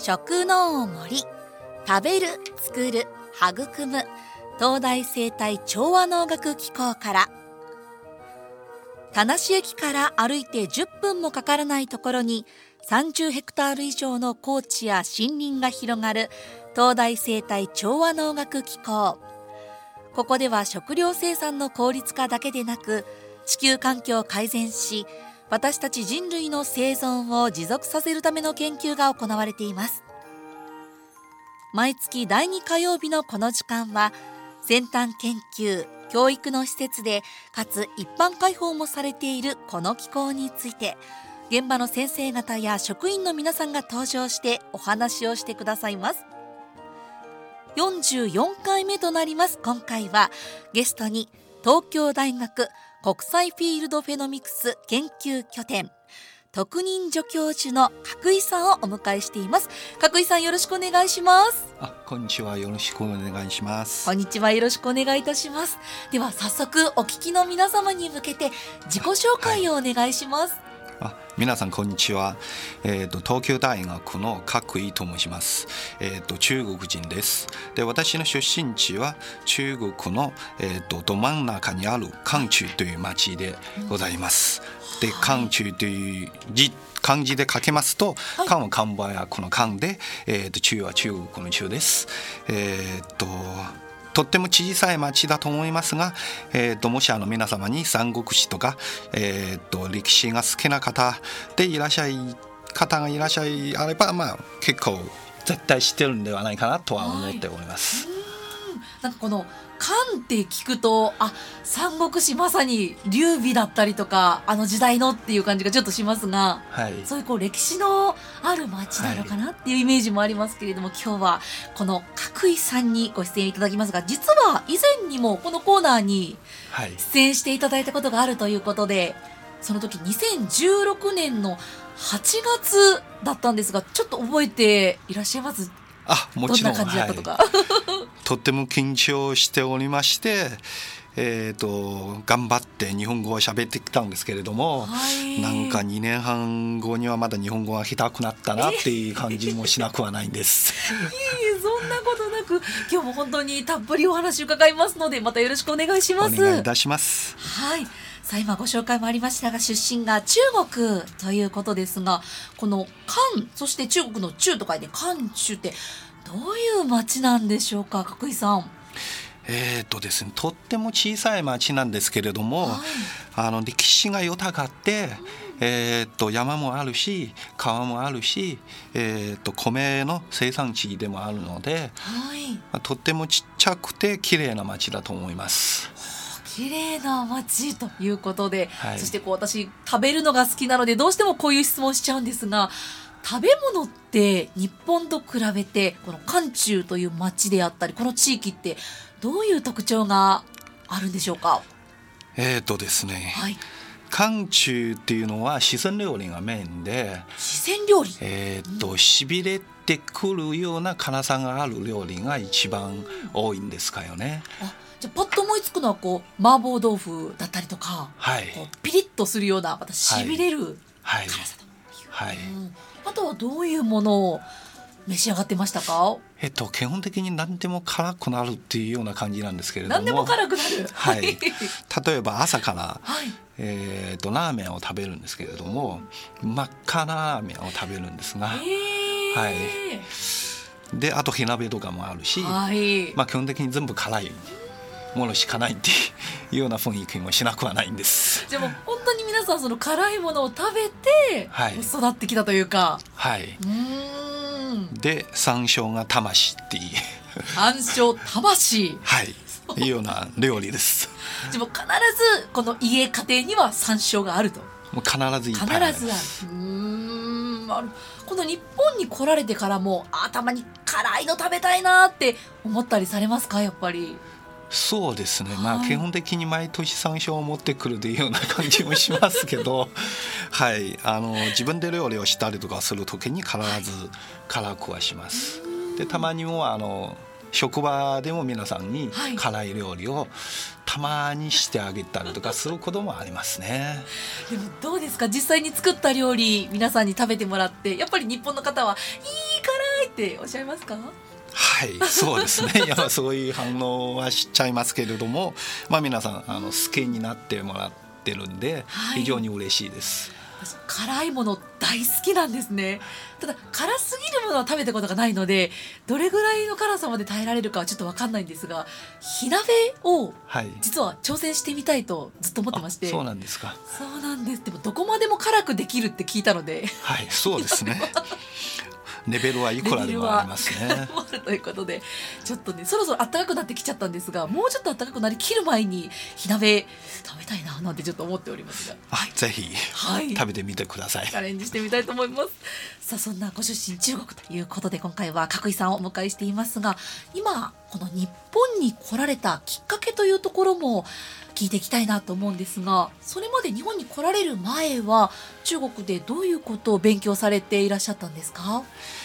食の森、食べる、作る、育む東大生態調和能楽機構から、田無駅から歩いて10分もかからないところに30ヘクタール以上の高地や森林が広がる東大生態調和能楽機構。ここでは食料生産の効率化だけでなく、地球環境を改善し、私たち人類の生存を持続させるための研究が行われています。毎月第2火曜日のこの時間は、先端研究教育の施設でかつ一般開放もされているこの機構について、現場の先生方や職員の皆さんが登場してお話をしてくださいます。44回目となります。今回はゲストに東京大学国際フィールドフェノミクス研究拠点特任助教授の角井さんをお迎えしています。角井さん、よろしくお願いします。 こんにちは、よろしくお願いします。 こんにちは、よろしくお願いいたします。では早速お聞きの皆様に向けて自己紹介をお願いします。 皆さんこんにちは。東京大学の角井と申します。中国人です。で、私の出身地は中国の、ど真ん中にある広州という町でございます。で、広州という漢字で書けますと、漢は漢場やこの漢で、中は中国の中です。とっても小さい町だと思いますが、もし皆様に三国志とか、歴史が好きな方でいらっしゃい方がいらっしゃいあれば、結構絶対知ってるんではないかなとは思っております。 なんかこの漢って聞くと、三国志まさに劉備だったりとか時代のっていう感じがちょっとしますが、そういう歴史のある町なのかなっていうイメージもありますけれども、今日はこの角井さんにご出演いただきますが、実は以前にもこのコーナーに出演していただいたことがあるということで、その時2016年の8月だったんですが、ちょっと覚えていらっしゃいます？ もちろん。 どんな感じだったとか。 とっても緊張しておりまして、頑張って日本語を喋ってきたんですけれども、なんか2年半後にはまだ日本語が下手くなったなっていう感じもしなくはないんです。 そんなことなく、今日も本当にたっぷりお話伺いますので、またよろしくお願いします。 お願いいたします。 さあ、今ご紹介もありましたが、出身が中国ということですが、この広、そして中国の中と書いて広州ってどういう町なんでしょうか、角井さん。 ですね、とっても小さい町なんですけれども、歴史が豊かで、山もあるし川もあるし、米の生産地でもあるので、とってもちっちゃくて綺麗な町だと思います。 綺麗な街ということで、そして私食べるのが好きなのでどうしてもこういう質問しちゃうんですが、食べ物って日本と比べてこの広州という町であったりこの地域ってどういう特徴があるんでしょうか？ ですね、広州っていうのは四川料理がメインで、 四川料理、 しびれてくるような辛さがある料理が一番多いんですかよね。 じゃあパッと思いつくのは麻婆豆腐だったりとか、ピリッとするようなしびれる辛さと、あとはどういうものを召し上がってましたか？ 基本的に何でも辛くなるっていうような感じなんですけれども、 何でも辛くなる、 例えば朝から、ラーメンを食べるんですけれども、真っ赤なラーメンを食べるんですが、であと火鍋とかもあるし、基本的に全部辛いものしかないっていうような雰囲気もしなくはないんです。 でも本当に皆さんその辛いものを食べて育ってきたというか、 で山椒が魂っていう山椒魂いうような料理です。 でも必ずこの家庭には山椒があると。 もう必ずいっぱいある。 必ずある。この日本に来られてからもたまに辛いの食べたいなって思ったりされますか？やっぱり。 そうですね、基本的に毎年山椒を持ってくるというような感じもしますけど自分で料理をしたりとかする時に必ず辛くはします。でたまにも職場でも皆さんに辛い料理をたまにしてあげたりとかすることもありますね。 でもどうですか、実際に作った料理皆さんに食べてもらって、やっぱり日本の方はいい辛っておっしゃいますか？ はい、そうですね。いや、そういう反応はしちゃいますけれども、皆さん好きになってもらってるんで、非常に嬉しいです。 辛いもの大好きなんですね。ただ辛すぎるものは食べたことがないので、どれぐらいの辛さまで耐えられるかはちょっと分かんないんですが、火鍋を実は挑戦してみたいとずっと思ってまして。 そうなんですか。 そうなんです。でもどこまでも辛くできるって聞いたので、 はい、そうですね。レベルはいくらでもありますね。 ということで、ちょっとね、そろそろ暖かくなってきちゃったんですが、もうちょっと暖かくなりきる前に火鍋食べたいななんてちょっと思っておりますが、 ぜひ、食べてみてください。 チャレンジしてみたいと思います。さあ、そんなご出身中国ということで、今回は角井さんをお迎えしていますが、今この日本に来られたきっかけというところも聞いていきたいなと思うんですが、それまで日本に来られる前は中国でどういうことを勉強されていらっしゃったんですか？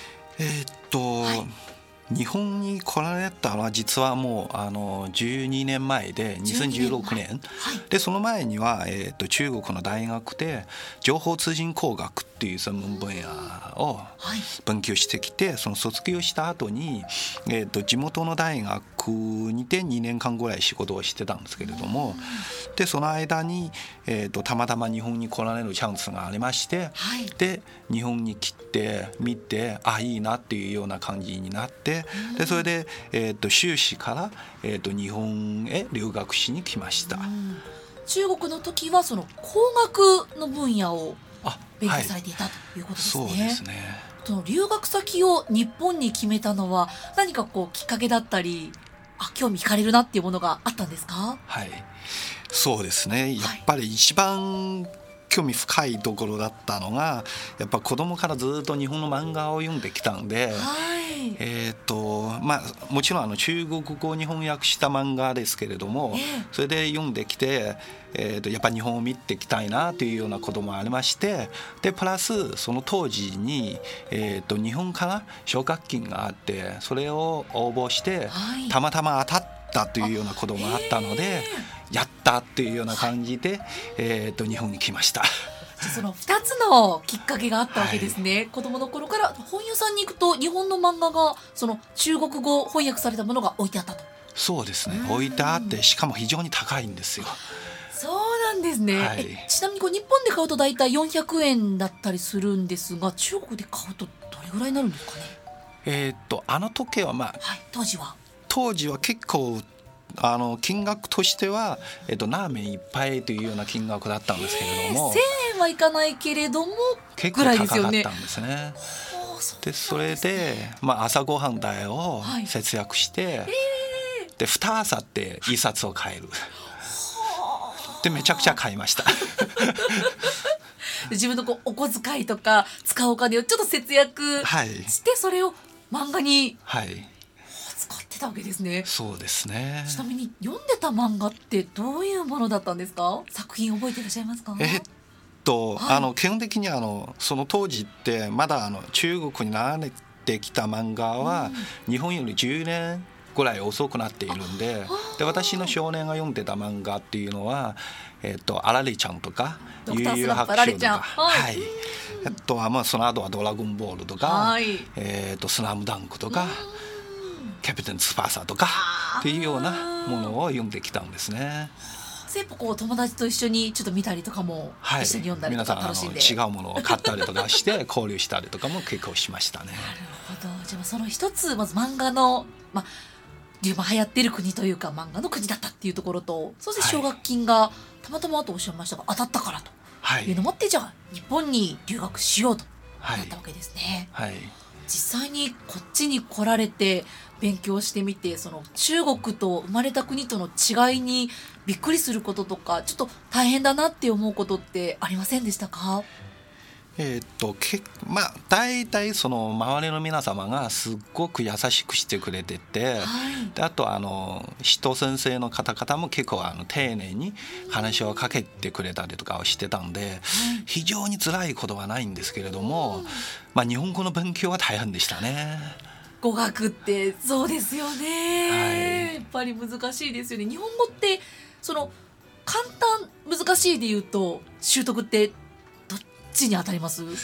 日本に来られたのは実はもう12年前で2016年で、その前には、中国の大学で情報通信工学っていう専門分野を勉強してきて、その卒業した後に、地元の大学にて2年間ぐらい仕事をしてたんですけれども、でその間に、たまたま日本に来られるチャンスがありまして、で日本に来てみて、いいなっていうような感じになって、でそれで、修士から、日本へ留学しに来ました。 中国の時はその工学の分野を勉強されていたということですね。 そうですね。 その留学先を日本に決めたのは何かきっかけだったり、興味惹かれるなっていうものがあったんですか？ はい、そうですね。やっぱり一番興味深いところだったのが、やっぱ子供からずっと日本の漫画を読んできたんで、もちろん中国語に翻訳した漫画ですけれども、それで読んできて、やっぱ日本を見ていきたいなというようなこともありまして、でプラスその当時に、日本から奨学金があって、それを応募して、たまたま当たったというようなこともあったので、やったっていうような感じで、日本に来ました。 その2つのきっかけがあったわけですね。子供の頃から本屋さんに行くと日本の漫画がその中国語翻訳されたものが置いてあったと。 そうですね、置いてあって、しかも非常に高いんですよ。 そうなんですね。ちなみに日本で買うと大体400円だったりするんですが、中国で買うとどれぐらいになるんですかね？ あの時は当時は結構金額としては、ラーメン一杯というような金額だったんですけれども、 1000円はいかないけれども結構高かったんですね。でそれで、朝ごはん代を節約して、で2朝って1冊を買える。でめちゃくちゃ買いました。 自分のお小遣いとか使うお金をちょっと節約して、それを漫画に使ってたわけですね。 そうですね。 ちなみに読んでた漫画ってどういうものだったんですか？作品覚えていらっしゃいますか？ 基本的にその当時ってまだ中国に流れてきた漫画は、日本より10年ぐらい遅くなっているんで、私の少年が読んでた漫画っていうのは、あられちゃんとか悠々白書とか、あとはその後はドラゴンボールとか、スラムダンクとか、キャプテン翼とかっていうようなものを読んできたんですね。 全部友達と一緒にちょっと見たりとかも、一緒に読んだりとか楽しんで、 皆さん違うものを買ったりとかして交流したりとかも結構しましたね。なるほど。じゃあその一つ、まず漫画の流行ってる国というか漫画の国だったっていうところと、そして奨学金がたまたまとおっしゃいましたが当たったからというのもあって、じゃあ日本に留学しようとなったわけですね。実際にこっちに来られて勉強してみて、その中国と生まれた国との違いにびっくりすることとか、ちょっと大変だなって思うことってありませんでしたか？ 大体その周りの皆様がすっごく優しくしてくれてて、であと人先生の方々も結構丁寧に話をかけてくれたりとかをしてたんで、非常に辛いことはないんですけれども、日本語の勉強は大変でしたね。 語学ってそうですよね、やっぱり難しいですよね。日本語ってその簡単難しいで言うと習得ってどっちに当たります？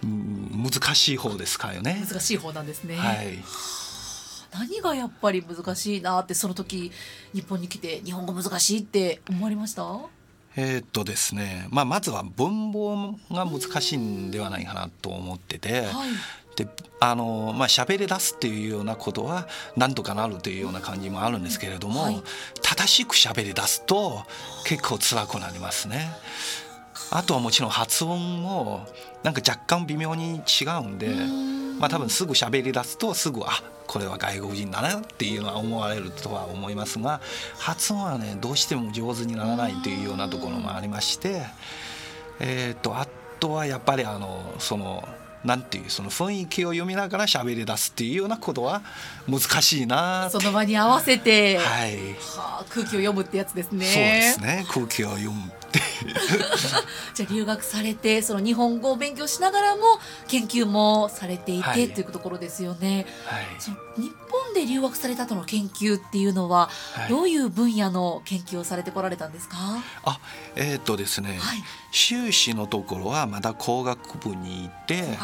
難しい方ですかよね。 難しい方なんですね。 はい。 何がやっぱり難しいなってその時日本に来て日本語難しいって思われました？ ですね、まずは文法が難しいんではないかなと思ってて、 はい、 で喋り出すっていうようなことはなんとかなるというような感じもあるんですけれども、はい、正しく喋り出すと結構辛くなりますね。あとはもちろん発音もなんか若干微妙に違うんで、多分すぐ喋り出すとすぐこれは外国人だなっていうのは思われるとは思いますが、発音はねどうしても上手にならないというようなところもありまして、あとはやっぱりなんていうその雰囲気を読みながら喋り出すっていうようなことは難しいな。 その場に合わせて、 はい、 空気を読むってやつですね。 そうですね、空気を読むってじゃあ留学されてその日本語を勉強しながらも研究もされていて、はい、というところですよね。はい、その日本で留学された後の研究っていうのは、はい、どういう分野の研究をされてこられたんですか？ ですね、はい、修士のところはまだ工学部にいて、はい、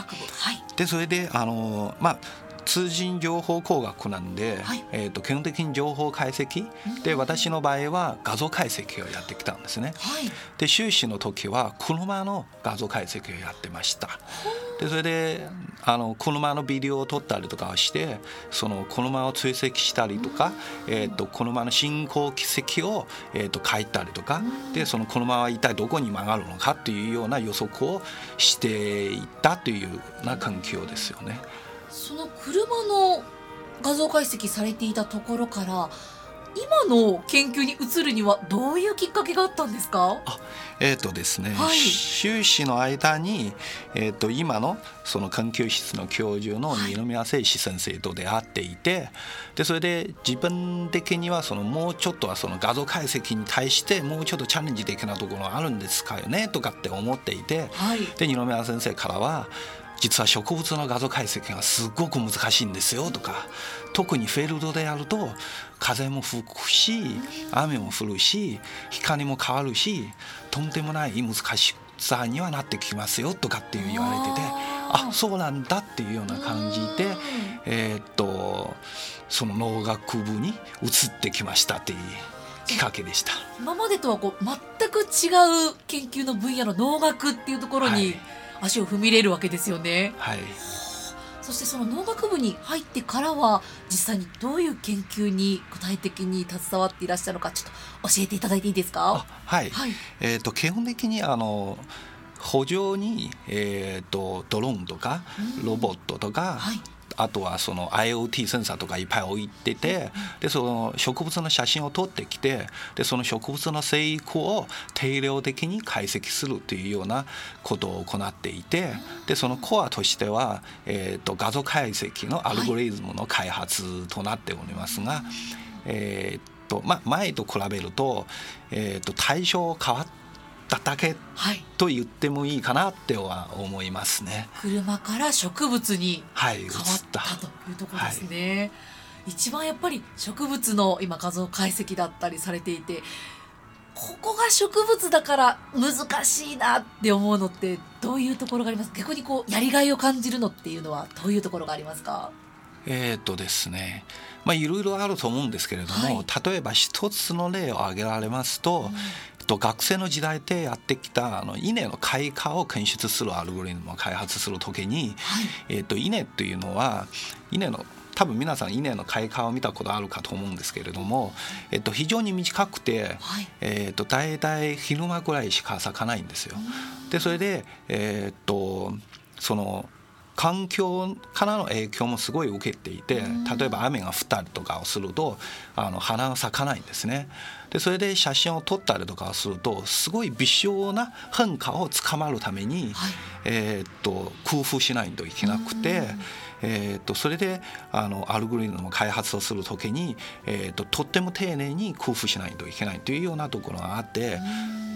でそれで通信情報工学なんで、はい、基本的に情報解析で、私の場合は画像解析をやってきたんですね。はい、で修士の時は車の画像解析をやってました。でそれで車のビデオを撮ったりとかしてその車を追跡したりとか、車の進行軌跡を、書いたりとかで、その車は一体どこに曲がるのかっていうような予測をしていったというような環境ですよね。 その車の画像解析されていたところから今の研究に移るにはどういうきっかけがあったんですか？ ですね、はい、修士の間に、今のその研究室の教授の二宮誠司先生と出会っていて、でそれで自分的にはもうちょっとはその画像解析に対してもうちょっとチャレンジ的なところがあるんですかよねとかって思っていて、はい、で二宮先生からは実は植物の画像解析がすごく難しいんですよとか、特にフェルトでやると風も吹くし雨も降るし光も変わるしとんでもない難しさにはなってきますよとかって言われてて、そうなんだっていうような感じで、その農学部に移ってきましたっていうきっかけでした。 今までとは全く違う研究の分野の農学っていうところに、はい、足を踏み入れるわけですよね。はい、そしてその農学部に入ってからは実際にどういう研究に具体的に携わっていらっしゃるのかちょっと教えていただいていいですか？ はい、はい、基本的に補助に、ドローンとかロボットとか、はい、あとはその IoT センサーとかいっぱい置いてて、でその植物の写真を撮ってきて、でその植物の生育を定量的に解析するというようなことを行っていて、でそのコアとしては、画像解析のアルゴリズムの開発となっておりますが、前と比べると、対象変わってだけと言ってもいいかなっては思いますね。 車から植物に変わったというところですね。はい、一番やっぱり植物の今画像解析だったりされていて、ここが植物だから難しいなって思うのってどういうところがありますか？逆にやりがいを感じるのっていうのはどういうところがありますか？ ですね、いろいろあると思うんですけれども、はい、例えば一つの例を挙げられますと、学生の時代でやってきた稲の開花を検出するアルゴリズムを開発するときに、はい、稲というのは多分皆さん稲の開花を見たことあるかと思うんですけれども、非常に短くて、はい、だいたい昼間ぐらいしか咲かないんですよ。でそれで、その環境からの影響もすごい受けていて、例えば雨が降ったりとかをすると花が咲かないんですね。でそれで写真を撮ったりとかするとすごい微小な変化をつかまるために、はい、工夫しないといけなくて、それでアルゴリズムを開発をするときに、とっても丁寧に工夫しないといけないというようなところがあって、それ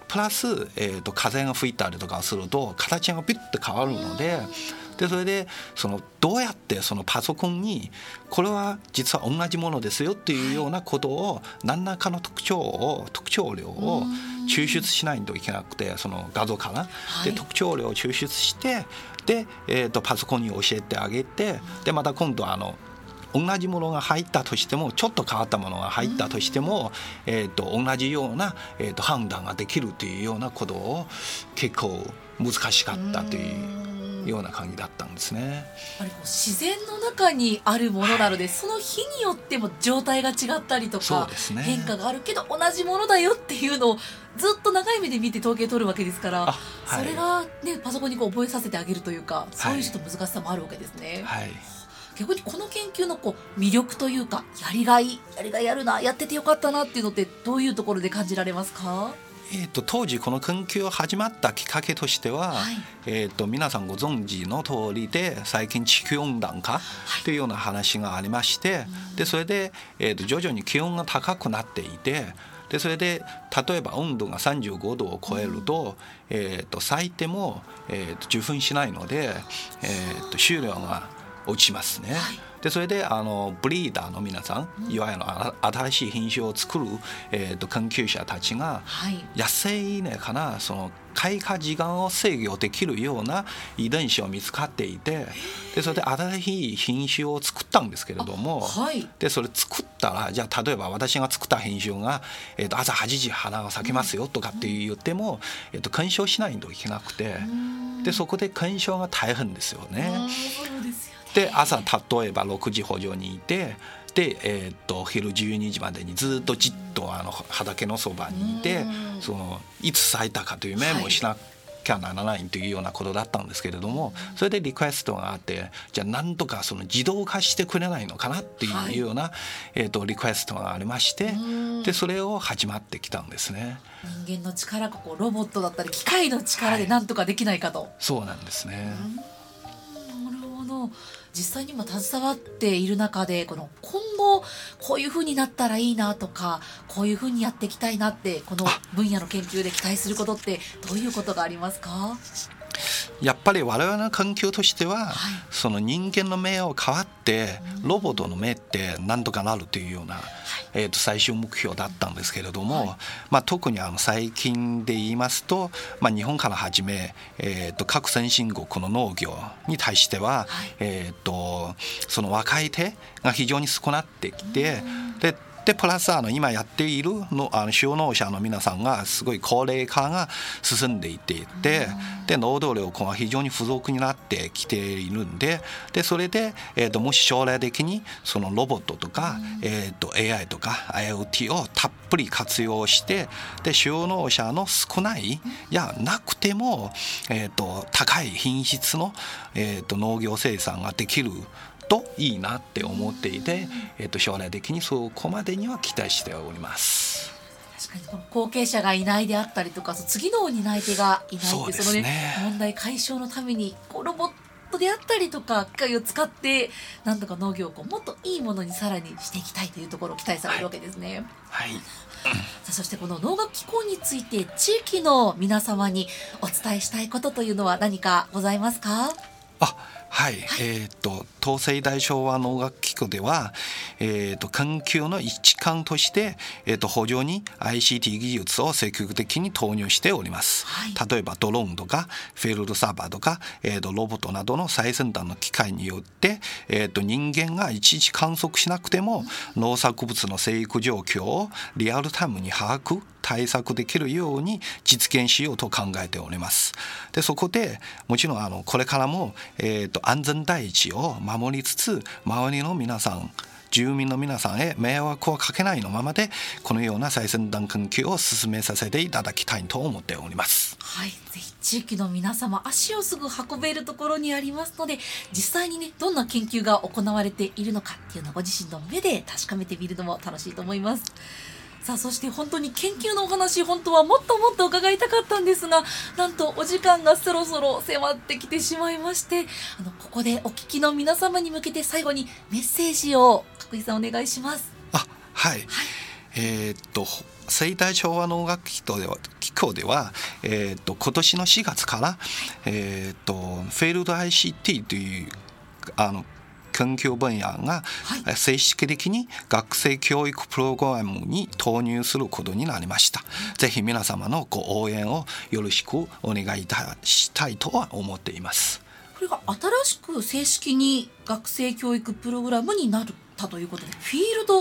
プラス、風が吹いたりとかすると形がピュッと変わるので、それでどうやってそのパソコンにこれは実は同じものですよっていうようなことを何らかの特徴量を抽出しないといけなくて、その画像から、で特徴量を抽出してで、パソコンに教えてあげて、でまた今度同じものが入ったとしてもちょっと変わったものが入ったとしても、同じような、判断ができるというようなことを結構難しかったというような感じだったんですね。 自然の中にあるものなので、その日によっても状態が違ったりとか、変化があるけど同じものだよっていうのをずっと長い目で見て統計取るわけですから、それが、ね、パソコンに覚えさせてあげるというか、そういうちょっと難しさもあるわけですね。逆にこの研究の魅力というか、やりがいあるな、やっててよかったなっていうのってどういうところで感じられますか？ 当時この研究が始まったきっかけとしては、皆さんご存知の通りで最近地球温暖化というような話がありまして、でそれで、徐々に気温が高くなっていて、でそれで例えば温度が35度を超えると、咲いても、受粉しないので、収量が落ちますね。でそれでブリーダーの皆さん、いわゆる新しい品種を作る、研究者たちが、野生稲からその開花時間を制御できるような遺伝子を見つかっていて、でそれで新しい品種を作ったんですけれども、でそれ作ったら、じゃあ例えば私が作った品種が、朝8時花が咲きますよとかって言っても、検証しないといけなくて、でそこで検証が大変ですよね。で朝例えば6時補助にいて、で、昼12時までにずっとじっと畑のそばにいて、いつ咲いたかというメモをしなきゃならないというようなことだったんですけれども、それでリクエストがあって、じゃあなんとか自動化してくれないのかなっていうような、リクエストがありまして、でそれを始まってきたんですね。 人間の力がロボットだったり機械の力でなんとかできないかと、 そうなんですね。 なるほど。実際に今携わっている中で、今後こういう風になったらいいなとか、こういう風にやっていきたいなって、この分野の研究で期待することってどういうことがありますか？ やっぱり我々の研究としては、その人間の目を変わってロボットの目って何とかなるというような、最終目標だったんですけれども、特に最近で言いますと、日本からはじめ、各先進国の農業に対しては、その若い手が非常に少なってきて、でプラス今やっている就農者の皆さんがすごい高齢化が進んでいて、で労働力が非常に不足になってきているんで、それで、もし将来的にそのロボットとか、AI とか IoT をたっぷり活用して、で就農者の少ないやなくても、高い品質の、農業生産ができるといいなって思っていて、将来的にそこまでには期待しております。 確かに後継者がいないであったりとか、次の担い手がいないって、その問題解消のためにロボットであったりとか機械を使ってなんとか農業をもっといいものにさらにしていきたいというところを期待されるわけですね。そしてこの農学機構について地域の皆様にお伝えしたいことというのは何かございますか？東西大昭和農学機構では、研究の一環として、補助に ICT 技術を積極的に投入しております。例えばドローンとかフィールドサーバーとか、ロボットなどの最先端の機械によって、人間がいちいち観測しなくても農作物の生育状況をリアルタイムに把握対策できるように実現しようと考えております。でそこでもちろんこれからも、安全第一を守りつつ、周りの皆さん住民の皆さんへ迷惑をかけないのままでこのような最先端研究を進めさせていただきたいと思っております。 ぜひ地域の皆様足をすぐ運べるところにありますので、実際にどんな研究が行われているのかっていうのをご自身の目で確かめてみるのも楽しいと思います。そして本当に研究のお話、本当はもっともっと伺いたかったんですが、なんとお時間がそろそろ迫ってきてしまいまして、ここでお聞きの皆様に向けて最後にメッセージを角井さんお願いします。 生態調和能楽機構では、今年の4月から、フェールド ICT という研究分野が正式的に学生教育プログラムに投入することになりました。ぜひ皆様のご応援をよろしくお願いいたしたいとは思っています。 これが新しく正式に学生教育プログラムになったということで、フィールド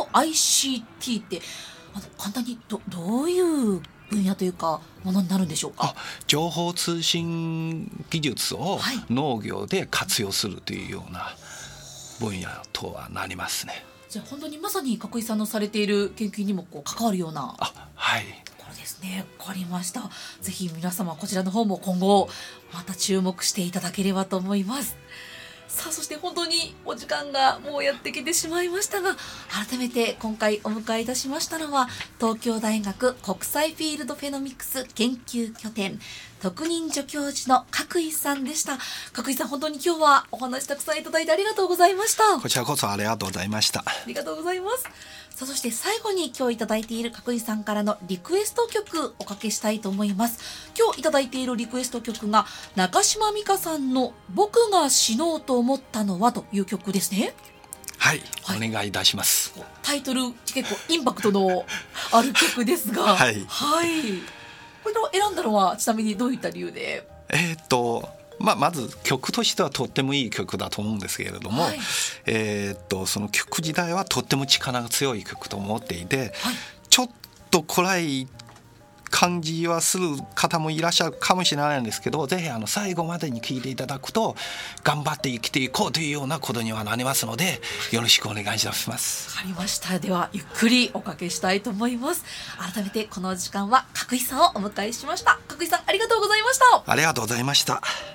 ICT って簡単にどういう分野というかものになるんでしょうか。 情報通信技術を農業で活用するというような分野とはなりますね。 じゃあ本当にまさに角井さんのされている研究にも関わるようなはいこれですね。わかりました。ぜひ皆様こちらの方も今後また注目していただければと思います。さあそして本当にお時間がもうやってきてしまいましたが、改めて今回お迎えいたしましたのは東京大学国際フィールドフェノミクス研究拠点特任助教授の角井さんでした。角井さん、本当に今日はお話たくさんいただいてありがとうございました。 こちらこそありがとうございました。 ありがとうございます。さあそして最後に今日いただいている角井さんからのリクエスト曲おかけしたいと思います。今日いただいているリクエスト曲が中島美嘉さんの僕が死のうと思ったのはという曲ですね。 はい、お願いいたします。 タイトル結構インパクトのある曲ですがはい、 これを選んだのはちなみにどういった理由で？ まず曲としてはとってもいい曲だと思うんですけれども、その曲自体はとっても力が強い曲と思っていて、ちょっと暗い感じはする方もいらっしゃるかもしれないんですけど、ぜひ最後までに聴いていただくと頑張って生きていこうというようなことにはなりますので、よろしくお願いします。 わかりました。ではゆっくりおかけしたいと思います。改めてこの時間は角井さんをお迎えしました。角井さん、ありがとうございました。 ありがとうございました。